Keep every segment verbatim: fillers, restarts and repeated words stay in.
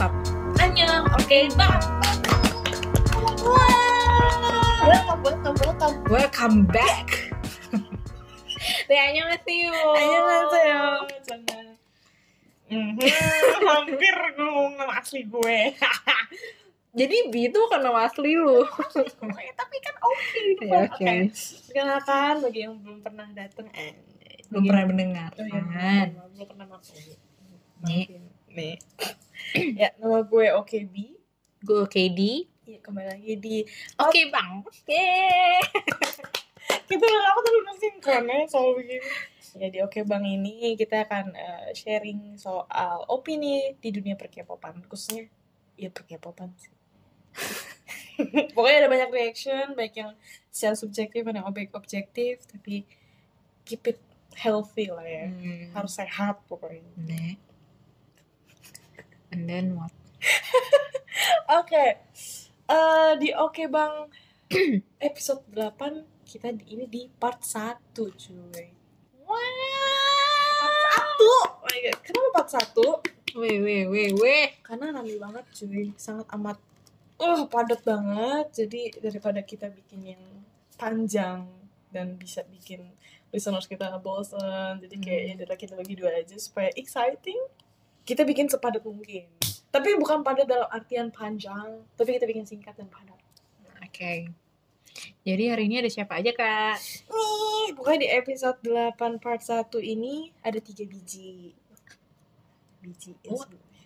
up. Annyeong, oke, bang. Welcome, welcome, welcome. Welcome back. 네, 안녕하세요. 안녕하세요. Canda. Mhm. Hampir ngomong nama asli gue. Jadi B itu kan nama asli lu. Tapi kan oke. Ya, oke. Oke. Perkenalkan bagi yang belum pernah datang, eh, Belum bagi- pernah mendengar. Oh, iya, Kan. belum, belum pernah masuk. Nih. Nih. Ya, nama gue Oke B. Gue K D. Ya, kembali lagi di Oke, bang. Yeay. kita aku tuh belum sinkron ya soal begini. Jadi Oke Bang ini kita akan uh, sharing soal opini di dunia perkepopan, khususnya ya perkepopan sih. Pokoknya ada banyak reaction, baik yang secara subjektif dan yang objek objektif, tapi keep it healthy lah ya. Hmm. Harus sehat pokoknya. Nih. And then what? Oke. Eh, di Oke Bang episode delapan kita di, ini di part satu cuy. Wah. Part satu. Oh my God. Kenapa part satu? Weh, weh, weh, weh. Karena rame banget cuy, sangat amat uh padat banget. Jadi daripada kita bikin yang panjang dan bisa bikin listeners kita bosen, jadi kayak ya udah kita bagi dua aja supaya exciting. Kita bikin sepadat mungkin, tapi bukan padat dalam artian panjang, tapi kita bikin singkat dan padat. Oke. Jadi hari ini ada siapa aja, Kak? Nih, pokoknya di episode delapan part satu ini ada tiga biji. Biji. Oh.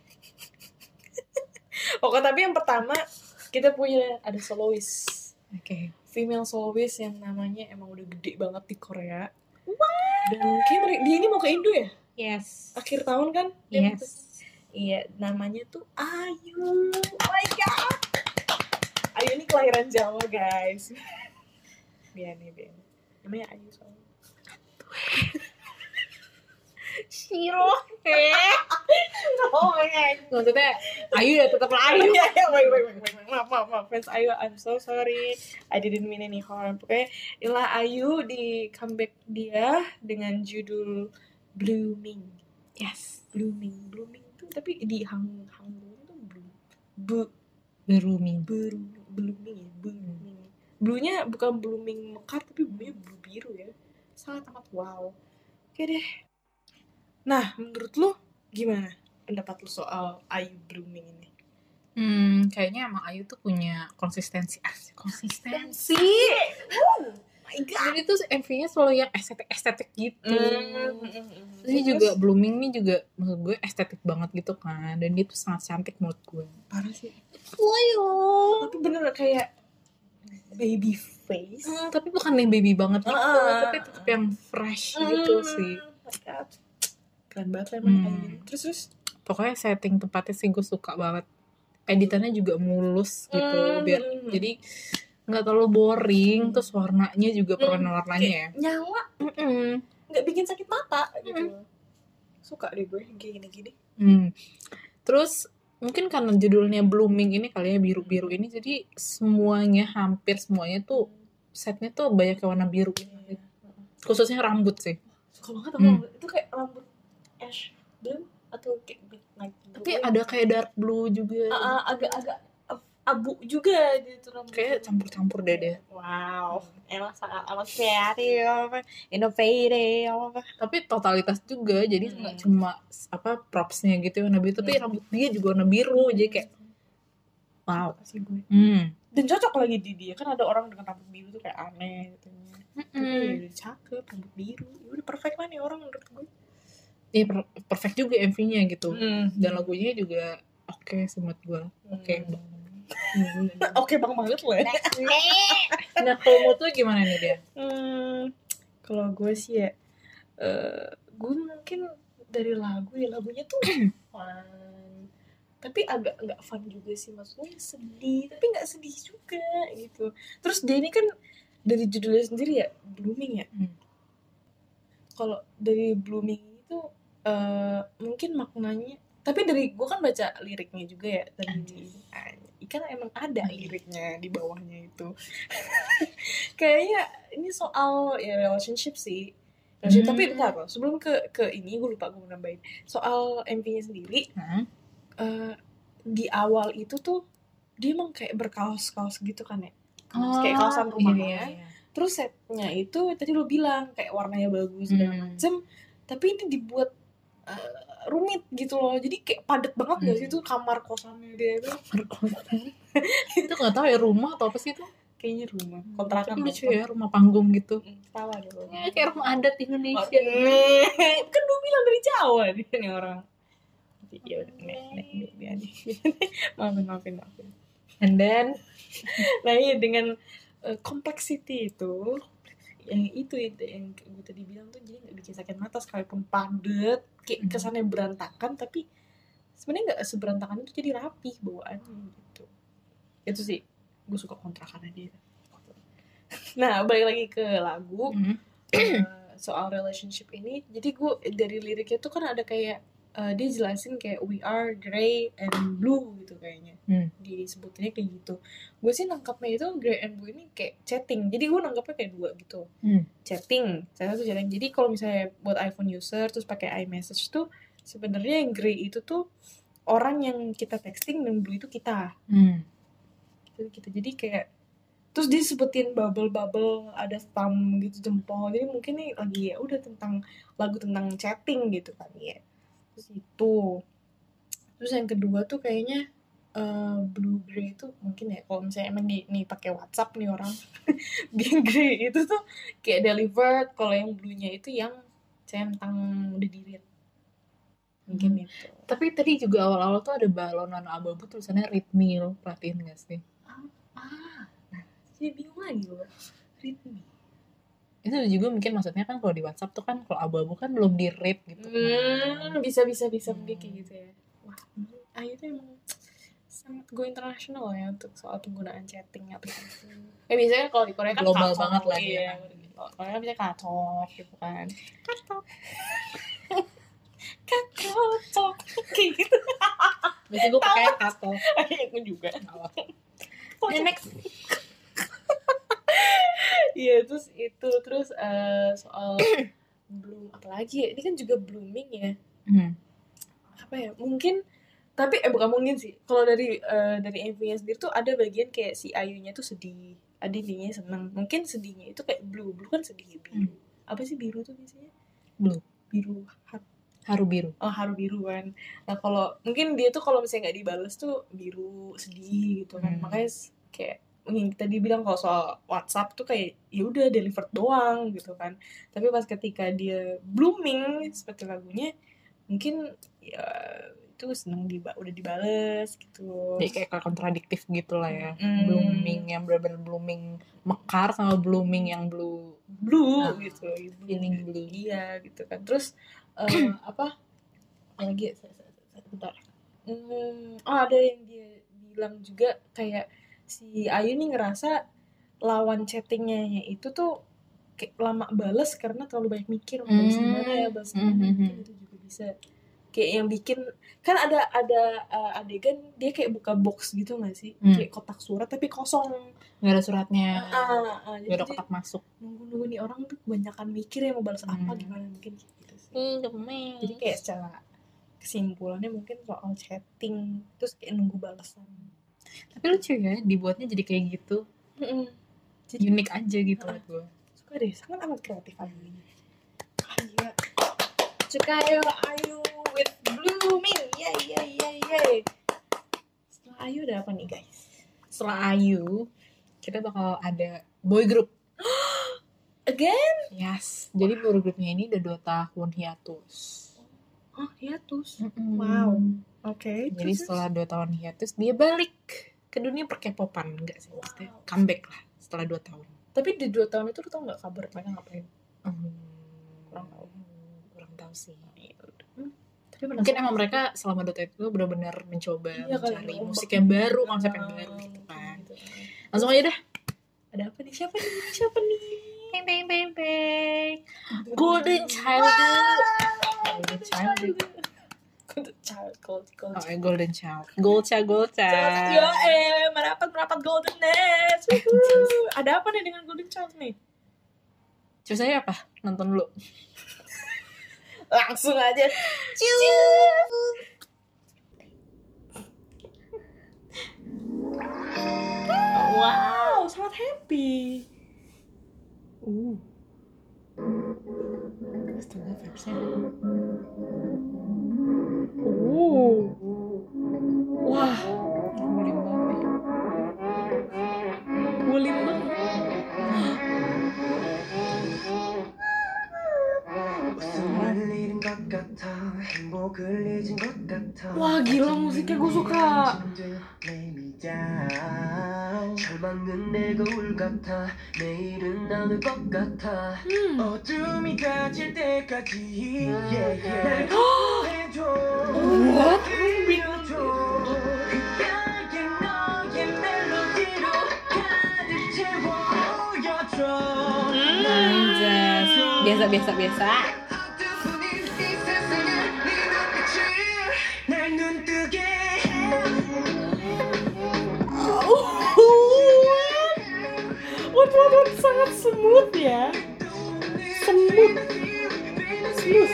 Oke, tapi yang pertama kita punya ada soloist. Oke. Female soloist yang namanya emang udah gede banget di Korea. Dan kayak mereka- dia ini mau ke Indo ya? Yes. Akhir tahun kan? Dia mau ke- Yes. Iya, namanya tuh Ayu. Oh my god. Ayu ini kelahiran Jawa, guys. Biar nih, biar. Namanya Ayu soalnya. Shiro. Eh. Oh my god. Maksudnya Ayu ya tetap Ayu. Iya, iya, baik, baik, baik, baik. Maaf, maaf, maaf. Fans Ayu, I'm so sorry. I didn't mean any harm. Pokoknya inilah Ayu di comeback dia dengan judul Blooming. Yes. Blooming, blooming tuh tapi di hang hangul tuh bloom, bu, Beruming. beru, blooming ya, blooming. Bluenya bukan blooming mekar tapi bluenya blue biru ya, sangat amat wow. Oke deh. Nah, menurut lu gimana pendapat lu soal Ayu blooming ini? Hmm, kayaknya emang Ayu tuh punya konsistensi. Asik, konsistensi. Oh my god. Jadi tuh M V-nya selalu yang estetik-estetik gitu. Mm. Terus ini juga Blooming nih juga menurut gue estetik banget gitu kan. Dan dia tuh sangat cantik menurut gue. Parah sih. Woyo. Tapi bener kayak baby face. Hmm, tapi bukan yang baby banget gitu, Ah. tapi tetap yang fresh gitu Mm. sih. Oh my god. Keren banget lah emang Hmm. Ayu ini. Terus terus. Pokoknya setting tempatnya sih gue suka banget. Editannya juga mulus gitu, Mm. biar jadi nggak terlalu boring. Terus warnanya juga Mm. perwarna-warnanya ya. Nyala. Mm-mm. Nggak bikin sakit mata gitu. Suka deh gue kayak gini-gini. Hmm. Terus mungkin karena judulnya Blooming ini kali ya, biru-biru ini, jadi semuanya hampir semuanya tuh setnya tuh banyak yang warna biru. Iya. Khususnya rambut sih. Suka banget Hmm. aku. Itu kayak rambut ash blue atau kayak midnight blue. Tapi ada kayak dark blue juga. Ah, ah, agak-agak abu juga gitu rambut. Kayak campur-campur deh deh. Wow, emang sangat amat kreatif, inovatif. Tapi totalitas juga, jadi Hmm. nggak cuma apa propsnya gitu warna biru, tapi rambut dia juga warna biru, jadi kayak wow. Kasih gue. Hmm. Dan cocok lagi di dia, kan ada orang dengan rambut biru tuh kayak aneh gitu. Tapi Mm-mm. udah cakep, rambut biru, ya udah perfect lah nih orang menurut gue. Iya, per- perfect juga M V-nya gitu. Hmm. Dan lagunya juga oke sih menurut gue. Oke. Hmm. Oke bang banget loh ya. Nah, kalau menurut lu gimana nih dia? Hmm, kalau gue sih ya, eh gue mungkin dari lagu ya, lagunya tuh fun, tapi agak nggak fun juga sih, maksudnya sedih, tapi nggak sedih juga gitu. Terus dia ini kan dari judulnya sendiri ya, Blooming ya. Hmm. Kalau dari Blooming itu eh mungkin maknanya, tapi dari gue kan baca liriknya juga ya tadi. Kan emang ada liriknya di bawahnya itu. Kayaknya ini soal ya relationship sih. Relationship, Hmm. tapi bentar loh, sebelum ke ke ini gue lupa gue mau nambahin. Soal M V-nya sendiri, Hmm. eh, di awal itu tuh dia emang kayak berkaos-kaos gitu kan ya, kaos, Oh, kayak kaosan iya, rumahnya. iya, iya. Terus setnya itu tadi lo bilang kayak warnanya bagus segala Hmm. macem, tapi ini dibuat uh, rumit gitu loh, jadi kayak padat banget nggak Hmm. sih tuh kamar kosannya dia itu? Itu nggak tahu ya rumah atau apa sih itu? Kayaknya rumah kontrakan. Tapi lucu ya, rumah panggung gitu. Tawa deh lo. Ya, kayak rumah adat Indonesia. Kan lu bilang dari Jawa dia nih orang. Iya udah, nek nek nek nek. Maafin maafin maafin. And then, nah iya dengan uh, complexity itu, yang itu itu yang gue tadi bilang tuh, jadi nggak bikin sakit mata sekalipun padet, kayak kesannya berantakan, tapi sebenarnya nggak seberantakan itu, jadi rapih bawaannya gitu. Itu sih gue suka kontrakannya dia. Nah balik lagi ke lagu. hmm. uh, soal relationship ini, jadi gue dari liriknya tuh kan ada kayak uh, dia jelasin kayak we are gray and blue gitu kayaknya. Hmm. Disebutinnya kayak gitu. Gue sih nangkapnya itu gray and blue ini kayak chatting, jadi gue nangkapnya kayak dua gitu. Hmm. Chatting, saya satu chatting. Jadi kalau misalnya buat iPhone user terus pakai iMessage tuh, sebenarnya yang gray itu tuh orang yang kita texting, dan blue itu kita. Hmm. Gitu, jadi kayak terus dia sebutin bubble-bubble, ada thumb gitu, jempol. Jadi mungkin nih lagi ya udah tentang lagu tentang chatting gitu kan ya. Terus itu. Terus yang kedua tuh kayaknya uh, blue gray itu mungkin ya kalau misalnya emang nih, nih pakai WhatsApp nih orang. Gray itu tuh kayak delivered, kalau yang blue-nya itu yang centang udah di-read. Mungkin hmm. itu. Tapi tadi juga awal-awal tuh ada balonan abu-abu tulisannya read me, lo perhatiin gak sih? Ah, nah, jadi bingung lagi loh. Read me. Itu juga mungkin maksudnya kan kalau di WhatsApp tuh kan kalau abu-abu kan belum di read gitu. Hmm, bisa bisa bisa Hmm. mungkin kayak gitu ya. Wah, Ayu tuh emang sangat go international ya untuk soal penggunaan chatting aplikasi. Ya biasanya kalau di Korea kan global katok, banget lagi iya, ya. Kalau Korea kan biasanya katok gitu kan. Katok. Katok. Kayak gitu. Biasanya gue pakai katok. Aku juga. Ya, next. Iya, terus itu terus uh, soal bloom apalagi ya, ini kan juga blooming ya. Hmm. Apa ya, mungkin tapi eh bukan mungkin sih, kalau dari uh, dari M V-nya sendiri tuh ada bagian kayak si Ayunya tuh sedih, adiknya seneng. Mungkin sedihnya itu kayak blue, blue kan sedih biru. Hmm. Apa sih biru tuh biasanya? Blue. Biru har- haru biru. Oh, haru biru kan. Nah kalau mungkin dia tuh kalau misalnya nggak dibales tuh biru sedih gitu kan. Hmm. Makanya kayak mungkin tadi bilang kalau soal WhatsApp tuh kayak ya udah delivered doang gitu kan. Tapi pas ketika dia blooming seperti lagunya, mungkin ya itu seneng diba- udah dibales gitu. Jadi kayak kontradiktif gitu lah ya. Hmm. Blooming yang bener-bener blooming mekar sama blooming yang blue blue nah, gitu. Feeling blue. Iya gitu kan. Terus uh, apa lagi? Bentar. Hmm, oh ada yang dia bilang juga kayak si Ayu nih ngerasa lawan chattingnya itu tuh kayak lama bales karena terlalu banyak mikir mau balas gimana ya, balas gimana. Mm-hmm. Mungkin itu juga bisa kayak yang bikin kan ada ada uh, adegan dia kayak buka box gitu nggak sih, hmm. kayak kotak surat tapi kosong, nggak ada suratnya, uh, uh, uh, nggak ada kotak masuk. Nunggu-nunggu nih orang tuh kebanyakan mikir ya mau balas hmm. apa gimana, mungkin gitu sih. Hmm, jadi kayak secara kesimpulannya mungkin soal chatting terus kayak nunggu balasan. Tapi lucu ya dibuatnya jadi kayak gitu. Mm-mm. Jadi unik aja gitu buat uh, gue. Suka deh, sangat amat kreatif Ayu ini. Ah iya. Suka ya Ayu with blooming. Yay yay yay yay. Setelah Ayu ada apa nih guys? Setelah Ayu kita bakal ada boy group. Again? Yes. Jadi boy groupnya ini udah dua tahun hiatus. Oh hiatus. Mm-mm. Wow. Oke. Okay, jadi terus, setelah dua tahun hiatus dia balik ke dunia perkepopan, enggak sih? Maksudnya wow. Comeback lah setelah dua tahun. Tapi di dua tahun itu lu tau nggak kabar mereka ngapain? Hmm, kurang tahu. Kurang tahu sih. Hmm. Tapi mungkin emang mereka selama dua tahun itu benar-benar mencoba iya, mencari musik yang baru, konsep yang baru gitu kan. Gitu. Langsung aja dah. Ada apa nih? Siapa nih? Siapa nih? Bang bang bang bang. Golden Child. Golden Child. Golden Child, Gold, Gold. Oh, Golden Child. Gold Child, Gold Child. Yo, eh, merapat merapat Golden Nest. Ada apa nih dengan Golden Child nih? Coba saya apa? Nonton dulu. Langsung aja. wow, sangat happy. Uh. Astaga, vibes-nya. Uh. Wah, Guling banget nih. guling banget. Wah, gila musiknya gue suka. 절망은 내 거울 같아 내일은 나눌 것 같아 Hmm. 어둠이 가질 때까지 yeah, yeah. 날 걱정해줘 What? 빌려줘 그때의 너의 멜로디로 가득 채워줘 Anjas. Biasa biasa biasa. 어두운 이 세상에 네 눈빛이 날 눈뜨게 What, what, what, sangat smooth ya. Smooth. Smooth.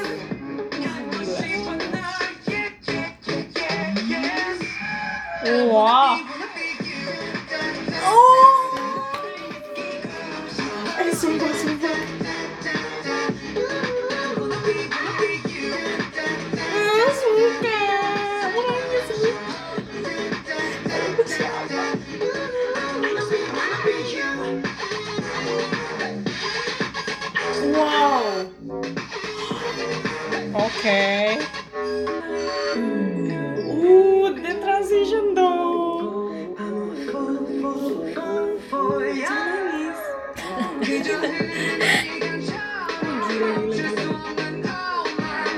Wah. Oh. Eh, sumpah, sumpah. Ah, suka. Orangnya sih. Aku siapa? Wow. Okay. Ooh, the transition though. Jangan nangis. Gila, gila, gila.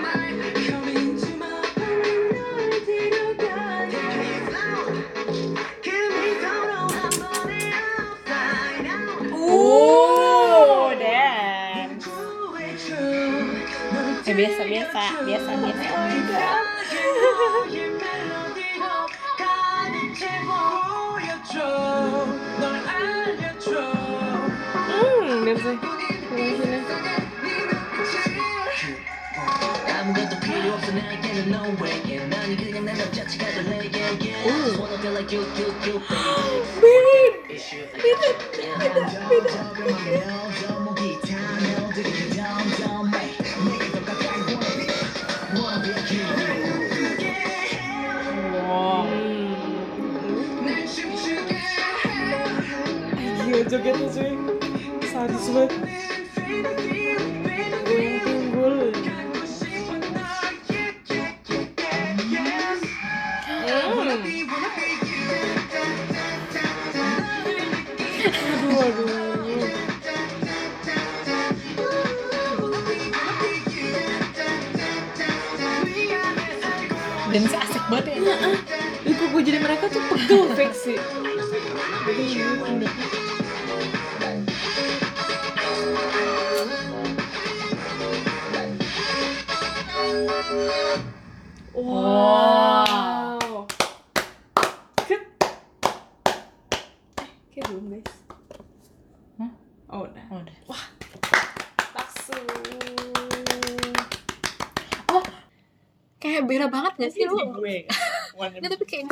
Oh, damn. Eh, biasa biasa biasa biasa. Oh my god. Hmm, lihat sih. Imagine. 아무것도 필요 없어 나에게는 no way yeah. 난이 그냥 내 맘 자체가 더 내 yeah, yeah. I just wanna feel like you, you, you, baby. Babe. It's you. beda, beda, Wow. Gila jogetnya cuy. Sadis banget. Goyang pinggul. Aduh, aduh. Dan si asik banget ya. Itu gue jadi mereka tuh pegel fake sih. Wow. Good. Eh, kayak belum guys. Hah? Oh udah. Oh, udah. Wah. Taksu. Oh, kayak beda banget gak sih lu? Gue. Nggak, tapi kayak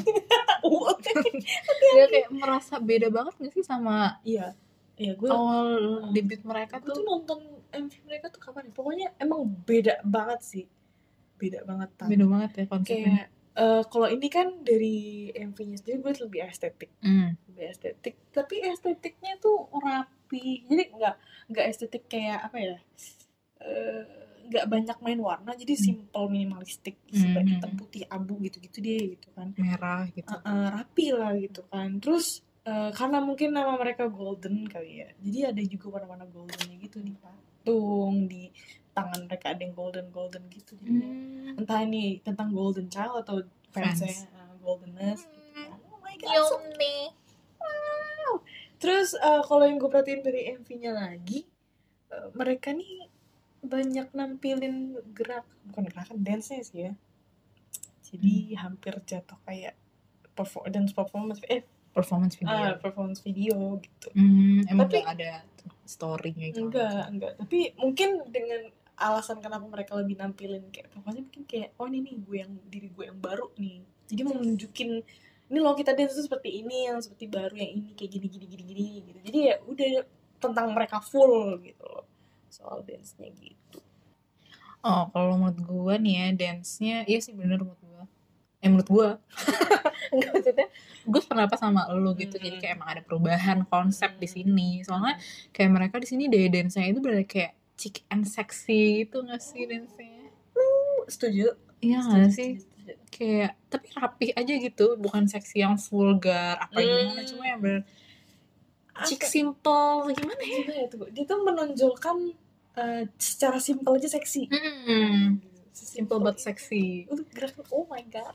dia kayak merasa beda banget gak sih sama Iya. Iya, gue awal debut mereka Aku tuh? tuh nonton M V mereka tuh kapan ya? Pokoknya emang beda banget sih. Beda banget. Tan. Beda banget ya konsepnya. Kayak uh, kalau ini kan dari M V-nya sendiri gue lebih estetik. Hmm. Lebih estetik, tapi estetiknya tuh rapi. Jadi nggak nggak estetik kayak apa ya? Uh, nggak banyak main warna, jadi simple minimalistik, seperti Hmm. hitam putih abu gitu-gitu dia gitu kan. Merah gitu. Uh, uh, rapi lah gitu kan. Terus uh, karena mungkin nama mereka golden kali ya, jadi ada juga warna-warna goldennya gitu di patung, di tangan mereka ada yang golden golden gitu. Jadinya Hmm. entah ini tentang golden child atau fansnya Fans. uh, goldenness gitu kan. Oh my god, so Yum nih. wow. Terus uh, kalau yang gue perhatiin dari M V-nya lagi, uh, mereka nih banyak nampilin gerak, bukan gerakan, dance-nya sih ya. Jadi hampir jatuh kayak perform dance performance eh Performance video. ah, performance video gitu. Hmm, emang Tapi- gak ada story-nya gitu. Enggak, enggak. Tapi mungkin dengan alasan kenapa mereka lebih nampilin kayak pokoknya mungkin kayak oh ini nih gue yang diri gue yang baru nih. Jadi mau nunjukin ini loh kita dance tuh seperti ini, yang seperti baru yang ini kayak gini gini gini gini gitu. Jadi ya udah tentang mereka full gitu loh soal dance-nya gitu. Oh, kalau menurut gue nih ya, dance-nya, iya sih bener menurut gue. Eh, menurut gue. Enggak, maksudnya, gue sependapat sama lo gitu. Hmm. Jadi kayak emang ada perubahan konsep di sini. Soalnya kayak mereka di sini daya dance-nya itu bener kayak chic and sexy gitu gak sih dance-nya? Setuju? Iya Setuju, gak sih? setuju, setuju. Kayak, tapi rapih aja gitu. Bukan seksi yang vulgar, apa Hmm. gimana. Cuma yang bener chic simple, gimana ya? Gimana ya tuh? Dia tuh menonjolkan uh, secara simpel aja seksi. Hmm. Simple but sexy. Untuk gerakan, oh my god.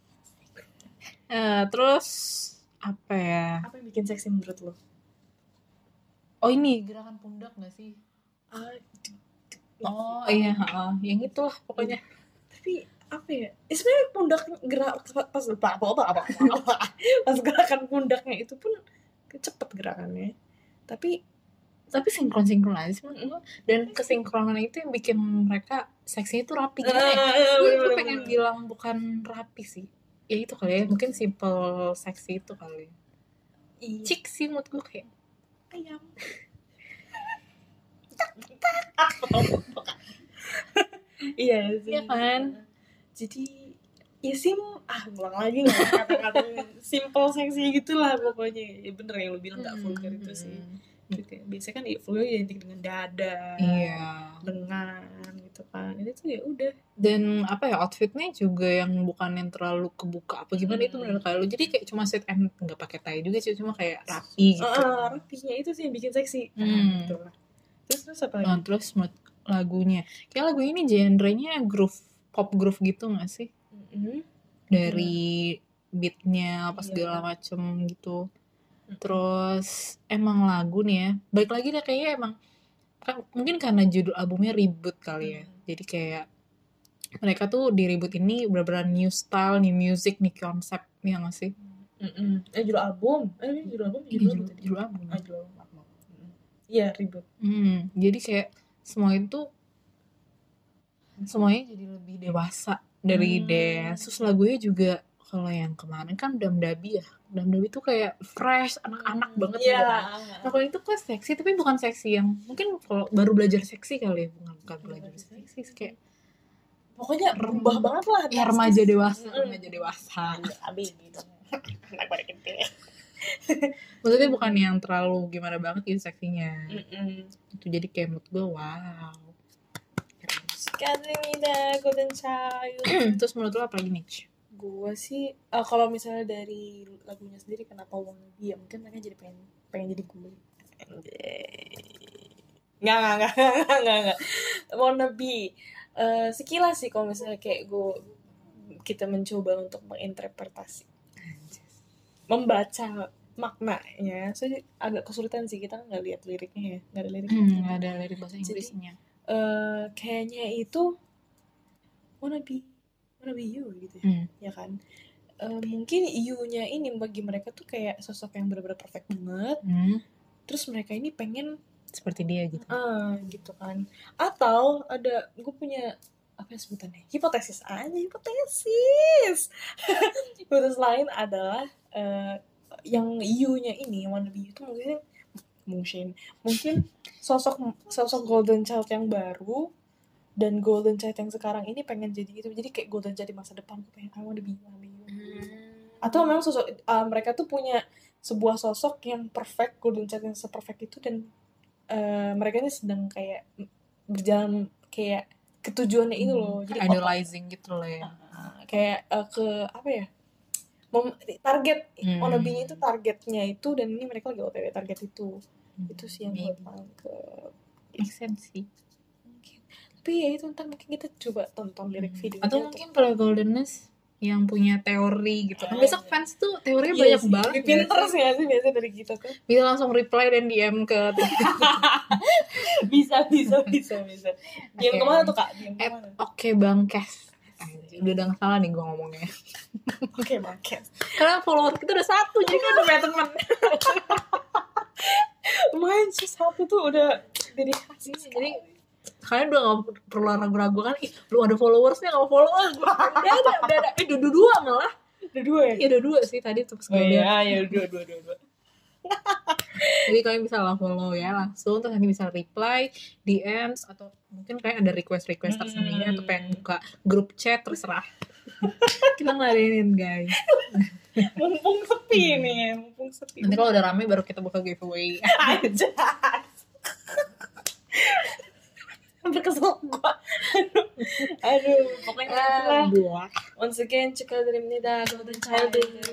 Uh, terus apa ya? Apa yang bikin seksi menurut lo? Oh ini gerakan pundak gak sih? Ah, Oh iya, uh, yang itu lah pokoknya. tapi apa ya? Eh, sebenarnya pundak gerak pas apa apa apa apa apa pas gerakan pundaknya itu pun cepet gerakannya. Tapi Tapi sinkron-sinkron aja sih menurut gue. Dan kesinkronan itu yang bikin mereka seksi itu rapi gitu ya. Gue gue pengen bilang bukan rapi sih. Ya itu kali ya, mungkin simple seksi itu kali. iya. Chic sih menurut gue kayak Ayam. Iya sih. Iya kan? Jadi ya sim ah ulang lagi lah kata-kata simple seksi gitulah pokoknya. Ya bener yang lu bilang nggak vulgar itu sih. Gitu. Biasanya kan ya vulgar identik dengan dada, Iya. lengan gitu kan. Ini tuh ya udah. Dan apa ya, outfitnya juga yang bukan yang terlalu kebuka apa gimana, Hmm. itu bener kayak lu. Jadi kayak cuma set and nggak pakai tie juga sih, cuma kayak rapi gitu. Uh, rapinya itu sih yang bikin seksi. Hmm. Nah, gitu lah. Terus terus apa lagi? Nah, terus menurut lagunya, kayak lagu ini genrenya groove, pop groove gitu gak sih? Mm-hmm. Dari beatnya apa Iya. segala macem gitu. Terus emang lagu nih ya, balik lagi deh kayaknya emang kan, mungkin karena judul albumnya Reboot kali ya. Jadi kayak mereka tuh di Reboot ini bener-bener new style, new music, new konsep, ya gak sih? Mm-mm. Eh judul album, eh ini judul album, Ini judul judul, album tadi. judul album. Ah, judul album. Mm-mm. Iya ribut. Hmm, jadi kayak semua itu semuanya jadi lebih dewasa dari Hmm. dance. Terus lagunya juga kalau yang kemarin kan Dam Dabi ya, Dam Dabi tuh kayak fresh, anak-anak banget Iya. gitu kan. Nah kalau itu kan seksi, tapi bukan seksi yang mungkin kalau baru belajar seksi kali ya, bukan bukan belajar seksi, kayak Pokoknya berubah banget lah. ya drastis. remaja dewasa, Mm-mm. remaja dewasa. Abi gitu. Anak pada gede. Maksudnya bukan yang terlalu gimana banget gitu seksinya. Mm-mm. Itu jadi kayak menurut gue wow. Kazimida Golden Child. Terus menurut lo apa lagi nih? Gue sih uh, kalau misalnya dari lagunya sendiri kenapa Wanna Be ya mungkin mereka jadi pengen pengen jadi gue. Nggak nggak nggak nggak nggak nggak. Wanna Be uh, sekilas sih kalau misalnya kayak gue kita mencoba untuk menginterpretasi, membaca maknanya, so agak kesulitan sih, kita nggak lihat liriknya ya, nggak ada liriknya. Hmm, nggak ada lirik bahasa Jadi, Inggrisnya. Uh, kayaknya itu wanna be wanna be you gitu ya, Hmm. ya kan? Uh, mungkin you-nya ini bagi mereka tuh kayak sosok yang benar-benar perfect banget. Hmm. Terus mereka ini pengen Seperti dia gitu. ah gitu kan? Atau ada gue punya apa ya sebutannya? Hipotesis aja, hipotesis. Hipotesis lain adalah uh, yang you-nya ini wanna be you itu mungkin mungkin mungkin sosok sosok golden child yang baru dan golden child yang sekarang ini pengen jadi gitu, jadi kayak golden child di masa depan gue pengen I wanna be you, wanna be you. Hmm. Atau memang sosok uh, mereka tuh punya sebuah sosok yang perfect, golden child yang seperfect itu, dan uh, mereka ini sedang kayak berjalan kayak ketujuannya itu loh, jadi idolizing gitu loh ya. uh, kayak uh, ke apa ya, Mem- target Hmm. wanna be itu targetnya itu, dan ini mereka lagi O T W target itu. Hmm. Itu sih yang gue tangkep. Make sense sih. Mungkin. Tapi ya itu ntar mungkin kita coba tonton lirik video. Atau mungkin Play Goldenness yang punya teori gitu kan. Ah, Besok iya. fans tuh teorinya Iya banyak sih, banget. lebih pinter sih ya sih biasanya dari kita tuh. Bisa langsung reply dan D M ke bisa bisa bisa bisa. Diam Oke. kemana tuh kak? Diam at kemana? oke bang Kes. Anjir, udah udah salah nih gue ngomongnya. Oke bangkes. Karena follower kita udah satu, jadi kan udah punya teman. Lumayan sih satu tuh udah jadi hasil. Jadi kalian udah gak perlu ragu-ragu kan, ih lu ada followersnya gak mau follow, ah, gua udah ada, udah ada, eh dua dua malah, Udah dua ya? Ya udah dua sih tadi tuh pas Oh gue liat. iya, ya dua dua dua dua. Jadi kalian bisa lah follow ya langsung, terus nanti bisa reply D Ms atau mungkin kayak ada request-request tersendiri Hmm. atau pengen buka grup chat terserah. Kita ngeladenin guys. Mumpung sepi nih, mumpung sepi. Nanti kalau udah rame baru kita buka giveaway. aja. Sampai kesel gua. Aduh, aduh, pokoknya itulah. Buah. Once again, 축하드립니다. Golden Child.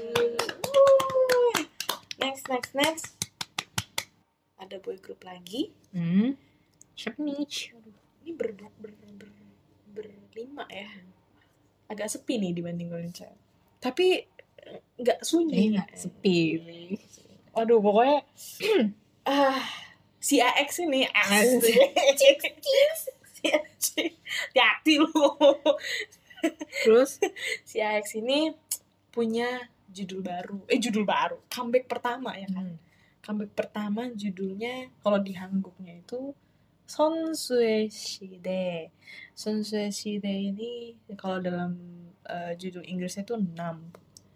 Wuh. Next, next, next. Ada boy group lagi. Hmm. Siapa nih? Waduh, ini ber, ber, ber, ber, berlima ya. Agak sepi nih dibanding Golden Child. Tapi eh, nggak sunyi. Ini nggak sepi nih. Aduh, pokoknya ah si A X ini asik. Si A X. Hati-hati lu. Terus Si A X ini punya judul baru. Eh judul baru. Comeback pertama ya kan. hmm. Comeback pertama judulnya kalau di Hanguknya itu Sonsu의 시대. Sonsu의 시대 ini kalau dalam uh, judul Inggrisnya itu enam.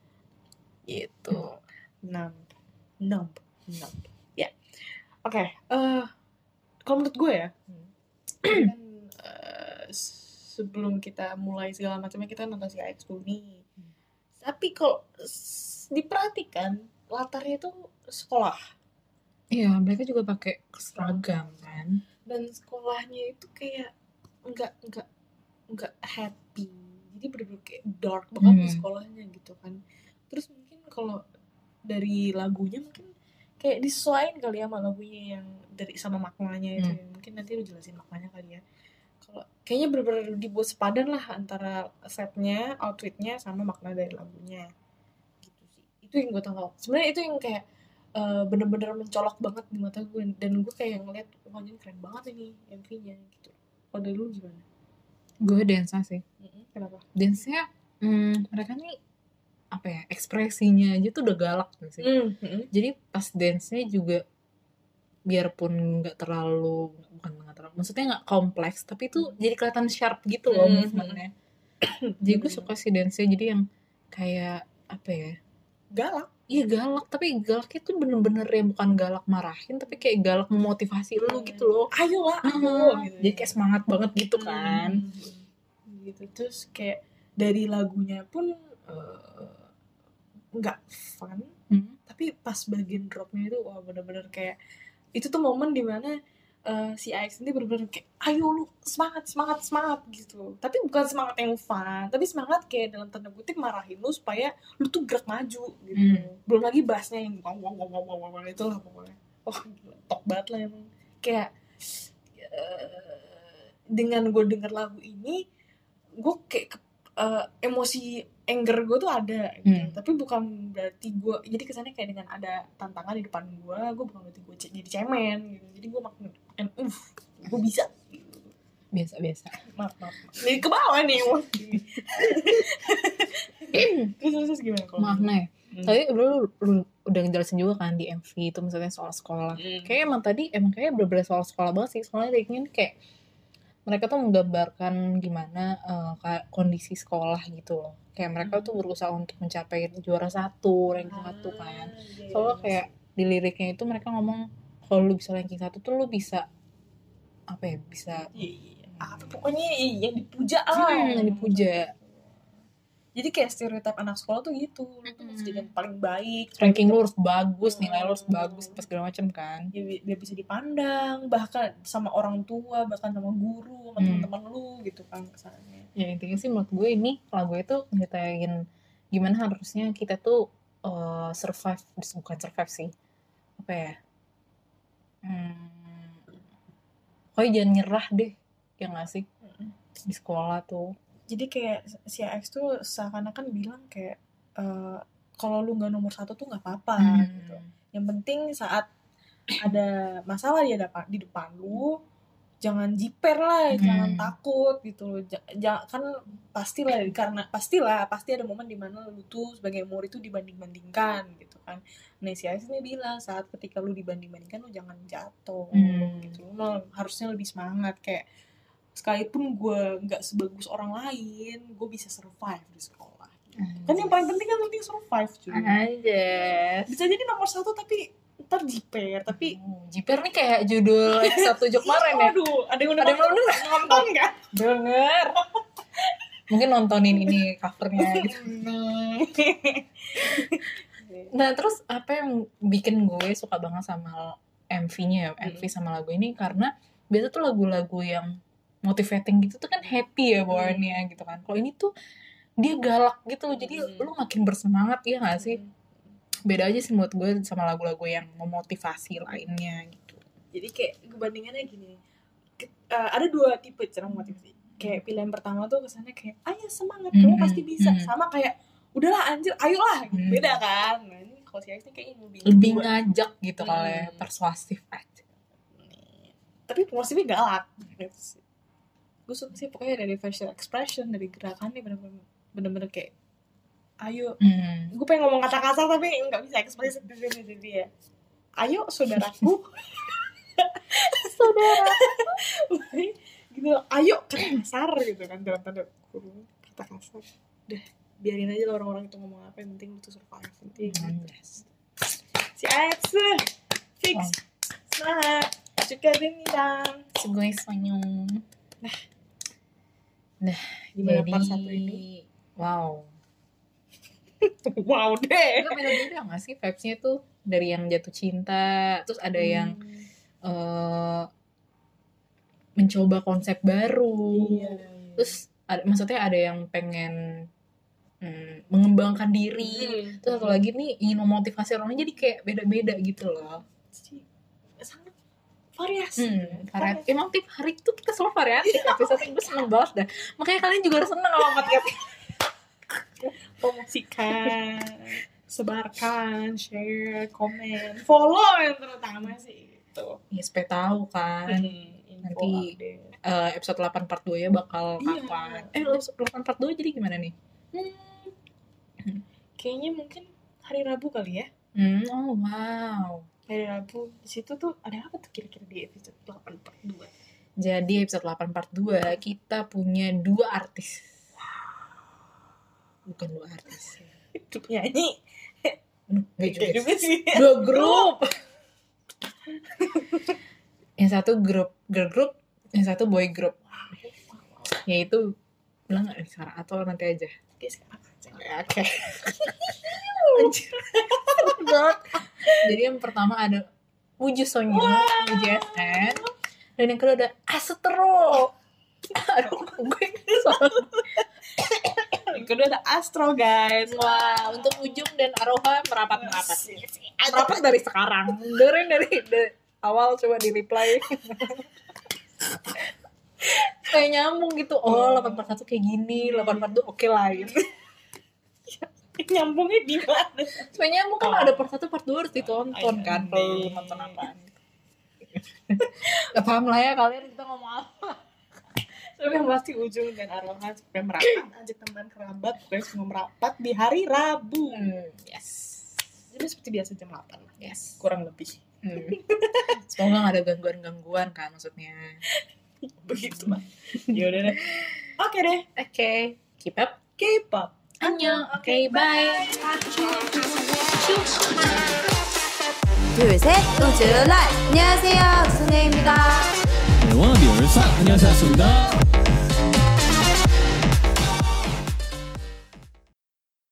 Gitu. enam. enam. enam. Ya. Oke, eh kalau menurut gue ya, kan uh, sebelum kita mulai segala macamnya kita nonton si A X dulu nih. Tapi kalau s- diperhatikan latarnya itu sekolah. Iya, mereka juga pakai seragam kan. Dan sekolahnya itu kayak nggak nggak nggak happy, jadi bener-bener kayak dark banget Hmm. di sekolahnya gitu kan. Terus mungkin kalau dari lagunya mungkin kayak disesuaikan kali ya sama lagunya yang dari sama maknanya itu Hmm. ya. Mungkin nanti lu jelasin maknanya kali ya. Kalau kayaknya bener-bener dibuat sepadan lah antara setnya, outfitnya sama makna dari lagunya gitu sih. Itu yang gue tahu. Sebenarnya itu yang kayak Uh, bener-bener mencolok banget di mata gue, dan gue kayak ngeliat wah ini keren banget ini M V-nya gitu. Kalau dari lu gimana? Gue dansa sih. Mm-mm. Kenapa? Dance-nya hmm, mereka nih apa ya, ekspresinya aja tuh udah galak gitu sih. Mm-hmm. Jadi pas dance-nya juga biarpun nggak terlalu bukan nggak terlalu maksudnya nggak kompleks tapi itu jadi kelihatan sharp gitu loh Hmm. movementnya. Jadi gue suka sih dance-nya, jadi yang kayak apa ya, Galak. iya galak, tapi galaknya tuh bener-bener yang bukan galak marahin tapi kayak galak memotivasi lu gitu loh. Ayo lah, ayo. Ah, gitu. jadi kayak semangat banget gitu kan. Hmm. Gitu. Terus kayak dari lagunya pun uh, nggak fun, Hmm. tapi pas bagian dropnya itu wah bener-bener kayak itu tuh momen dimana uh, si A X ini bener-bener kayak ayo lu semangat semangat semangat gitu. Tapi bukan semangat yang fun, tapi semangat kayak dalam tanda kutip marahin lu supaya lu tuh gerak maju gitu. Hmm. Belum lagi bassnya yang wow wow wow wow wow itu lah pokoknya. Oh gila, top banget lah emang. Kayak uh, dengan gue denger lagu ini gue kayak uh, emosi anger gue tuh ada gitu. Hmm. Tapi bukan berarti gue jadi kesannya kayak dengan ada tantangan di depan gue gue bukan berarti gue c- jadi cemen gitu. Jadi gue makin makin uh gue bisa gitu. Biasa-biasa. Maaf maaf, maaf. Jadi ke bawah nih wah. terus terus gimana kalau Makna ya. Hmm. Tadi lu, lu udah ngejelasin juga kan di M V itu misalnya soal sekolah. Hmm. Kayak emang tadi emang kayak bener-bener soal sekolah banget sih. Soalnya liriknya ini kayak mereka tuh menggambarkan gimana uh, kayak kondisi sekolah gitu loh. Kayak mereka Hmm. tuh berusaha untuk mencapai juara satu, ranking Ah, satu kan. iya, Soalnya iya. kayak di liriknya itu mereka ngomong kalau lu bisa ranking satu tuh lu bisa apa ya, bisa Iya, iya. Apa pokoknya yang dipuja lah. Hmm, yang dipuja. Jadi kayak stereotip anak sekolah tuh gitu. Lu tuh mesti jadi yang paling baik. ranking lu harus bagus, nilai lu harus bagus, pas segala macam kan. Ya, bi- biar bisa dipandang, bahkan sama orang tua, bahkan sama guru, sama Hmm. teman-teman lu gitu kan kesannya. Ya intinya sih menurut gue ini lagu itu nyeritain gimana harusnya kita tuh uh, survive, bukan survive sih, apa ya, hmm, pokoknya jangan nyerah deh, ya nggak sih, di sekolah tuh. Jadi kayak si A X tuh seakan-akan bilang kayak eh, kalau lu nggak nomor satu tuh nggak apa-apa Hmm. gitu. Yang penting saat ada masalah di depan di depan lu, jangan jiper lah, Hmm. jangan takut gitu. Jangan kan pastilah karena pastilah pasti ada momen dimana lu tuh sebagai murid tuh dibanding-bandingkan gitu kan. Nah si A X ini bilang saat ketika lu dibanding-bandingkan lu jangan jatuh Hmm. gitu. Lu malah harusnya lebih semangat kayak sekalipun gue nggak sebagus orang lain, gue bisa survive di sekolah Kan yang paling penting kan penting survive cuy. Anjas. Bisa jadi nomor satu tapi ntar jiper, tapi Jiper nih kayak judul episode tujuh kemarin ya. aduh, ada yang udah Ada yang nonton, udah nonton nggak? Denger. Mungkin nontonin ini covernya gitu. Nah terus apa yang bikin gue suka banget sama M V-nya ya, M V sama lagu ini karena biasa tuh lagu-lagu yang motivating gitu tuh kan happy ya bawaannya gitu kan. Kalau ini tuh dia galak gitu loh, jadi Hmm. lu makin bersemangat ya gak sih? Beda aja sih menurut gue sama lagu-lagu yang memotivasi lainnya gitu. Jadi kayak kebandingannya gini, ke- eh, ada dua tipe cara motivasi. Kayak pilihan pertama tuh kesannya kayak ayo semangat, kamu Hmm, pasti bisa. hmm. Sama kayak udahlah anjir, ayolah. Gitu. Hmm. Beda kan? Nah ini kalau si Alex ini kayaknya lebih Lebih dua. ngajak gitu Hmm. kali ya, persuasif aja. Tapi positifnya galak gitu sih. Gue suka sih pokoknya dari facial expression, dari gerakannya bener-bener bener-bener kayak ayo. Hmm. Gue pengen ngomong kata kasar tapi nggak bisa ekspresif di sini jadi ya. Ayo saudaraku. Saudara. Gitu, ayo kata kasar gitu kan dalam tanda kurung kata kasar. Udah biarin aja lah orang-orang itu ngomong apa, yang penting itu survive. Penting. Anjas. Si Alex fix Oh. semangat 축하드립니다. 수고했어요. Gimana Jadi, part satu ini? wow. Wow deh. Itu beda-beda gak sih vibes-nya tuh dari yang jatuh cinta, terus ada yang eh, mencoba konsep baru, Iya. terus ada, maksudnya ada yang pengen hmm, mengembangkan diri, Hmm. terus satu lagi nih ingin memotivasi orang lain, jadi kayak beda-beda gitu loh. Jadi, sangat variasi. Hmm, variatif. Emang tiap hari tuh kita selalu variatif episode, gue seneng banget dah. Makanya kalian juga harus seneng sama podcast. Promosikan, sebarkan, share, komen, follow yang terutama sih itu. Ya supaya tahu kan. Hmm, info Nanti- update. Eh, episode delapan part dua ya bakal Iya. kapan? Eh episode delapan part dua jadi gimana nih? Hmm, kayaknya mungkin hari Rabu kali ya. Hmm, oh wow. Hari Rabu di situ tuh ada apa tuh kira-kira di episode delapan part dua? Jadi episode delapan part dua kita punya dua artis. Bukan dua artis. Itu penyanyi. Enggak juga. Juga sih. Dua grup. Yang satu grup girl group, yang satu boy group. Yaitu bilang nggak nih sekarang atau nanti aja? Oke, sekarang aja. Oke. Anjir. Jadi yang pertama ada Uju Sonyo, Uju S N, dan yang kedua ada Astro. Aduh, gue salah. Yang kedua ada Astro guys. Wah, untuk Ujung dan Aroha merapat-merapat. Asik. Merapat dari sekarang. Dengerin dari, dari awal, coba di reply. Kayak nyambung gitu. Oh, delapan part satu kayak gini, delapan part dua oke lah gitu. Nyambungnya di mana? Supaya nyambung kan Oh. ada part satu, part dua harus ditonton Ayo, kan. deh. Kalau lu nonton apaan. Gak paham lah ya kalian kita ngomong apa. Tapi yang pasti Ujung dan Aroha supaya merapat, ajak teman kerabat, pokoknya semua merapat di hari Rabu. Hmm, yes. Jadi seperti biasa jam delapan lah. Yes. Kurang lebih. Hmm. Semoga gak ada gangguan-gangguan kan maksudnya. Begitu lah. Yaudah deh. Oke deh. Oke, keep up. K-pop. Annyeong. Oke, bye. 둘, 셋, 우주 라이. 안녕하세요, 우주선생입니다. 네, 원어비 열사 안녕하셨습니다.